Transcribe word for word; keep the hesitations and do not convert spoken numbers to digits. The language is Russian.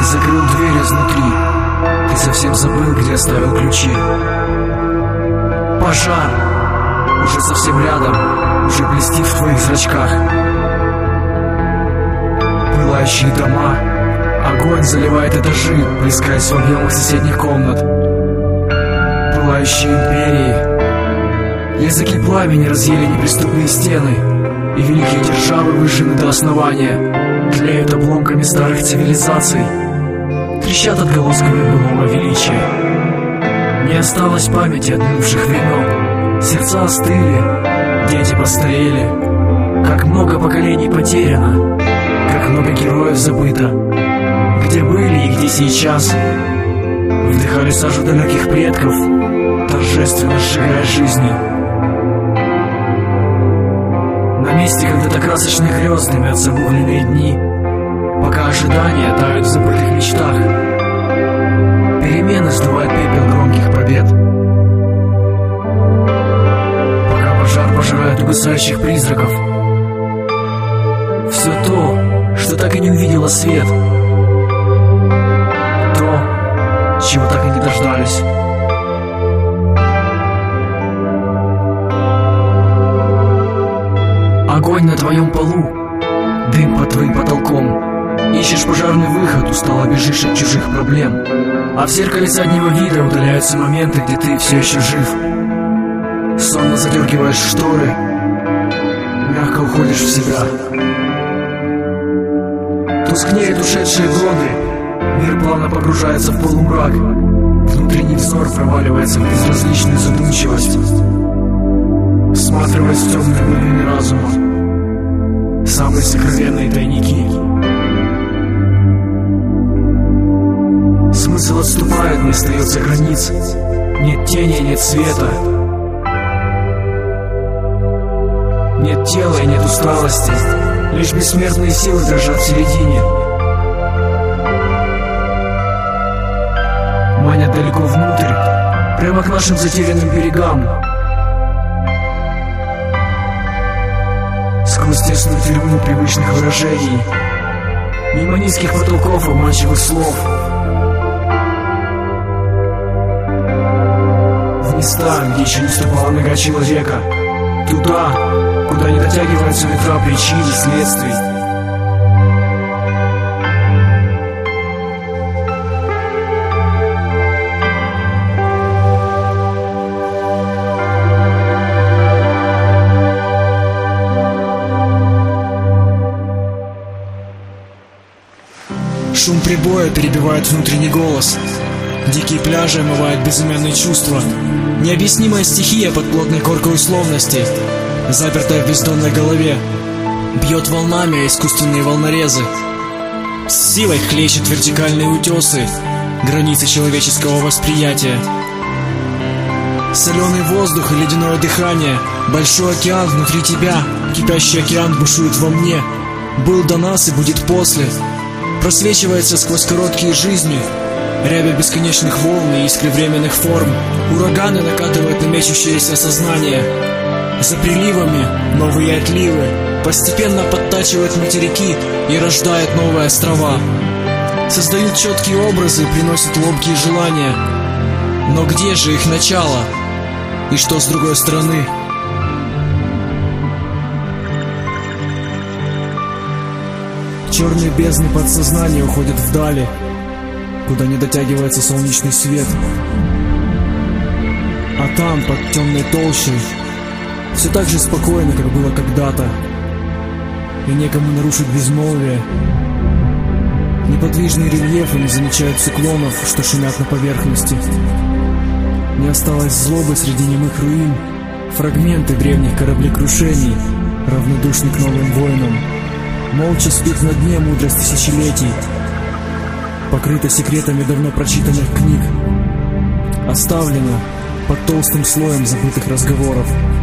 закрыл дверь изнутри. Ты совсем забыл, где оставил ключи. Пожар уже совсем рядом, уже блестит в твоих зрачках. Пылающие дома, огонь заливает этажи, плескаясь в объемах соседних комнат. Пылающие империи, языки пламени разъели неприступные стены, и великие державы выжжены до основания, тлеют обломками старых цивилизаций, трещат отголосками былого величия. Не осталось памяти от минувших времен, сердца остыли, дети постарели. Как много поколений потеряно, как много героев забыто. Где были и где сейчас? Вдыхали сажу далеких предков, торжественно сжигая жизни. На месте когда-то красочных грез дымятся обугленные дни, пока ожидания тают в забытых мечтах. Перемены сдувают пепел громких побед, пока пожар пожирает угасающих призраков. Все то, что так и не увидело свет, то, чего так и не дождались. Огонь на твоем полу, дым под твоим потолком. Ищешь пожарный выход, устало бежишь от чужих проблем. А в зеркале заднего вида удаляются моменты, где ты все еще жив. Сонно задергиваешь шторы, мягко уходишь в себя. Тускнеют ушедшие годы, мир плавно погружается в полумрак. Внутренний взор проваливается в безразличную задумчивость, всматриваясь в темные глубины разума, самые сокровенные тайники. Смысл отступает, не остается границ, нет тени, нет света, нет тела и нет усталости, лишь бессмертные силы дрожат в середине. Манят далеко внутрь, прямо к нашим затерянным берегам. Сквозь тесную тюрьму привычных выражений, мимо низких потолков обманчивых слов. В места, где еще не ступала нога человека, туда, куда не дотягиваются ветра причин и следствий. Шум прибоя перебивает внутренний голос. Дикие пляжи омывают безымянные чувства. Необъяснимая стихия под плотной коркой условности, запертая в бездонной голове, бьет волнами искусственные волнорезы. С силой хлещет вертикальные утесы, границы человеческого восприятия. Соленый воздух и ледяное дыхание, большой океан внутри тебя, кипящий океан бушует во мне. Был до нас и будет после. Просвечивается сквозь короткие жизни, рябя бесконечных волн и искры временных форм. Ураганы накатывают на мечущееся сознание. За приливами новые отливы постепенно подтачивают материки и рождают новые острова. Создают четкие образы и приносят ломкие желания. Но где же их начало? И что с другой стороны? Черные бездны подсознания уходят вдали, куда не дотягивается солнечный свет. А там, под темной толщей, все так же спокойно, как было когда-то, и некому нарушить безмолвие. Неподвижные рельефы не замечают циклонов, что шумят на поверхности. Не осталось злобы среди немых руин, фрагменты древних кораблекрушений, равнодушны к новым войнам. Молча спит на дне мудрость тысячелетий, покрыта секретами давно прочитанных книг, оставлена под толстым слоем забытых разговоров.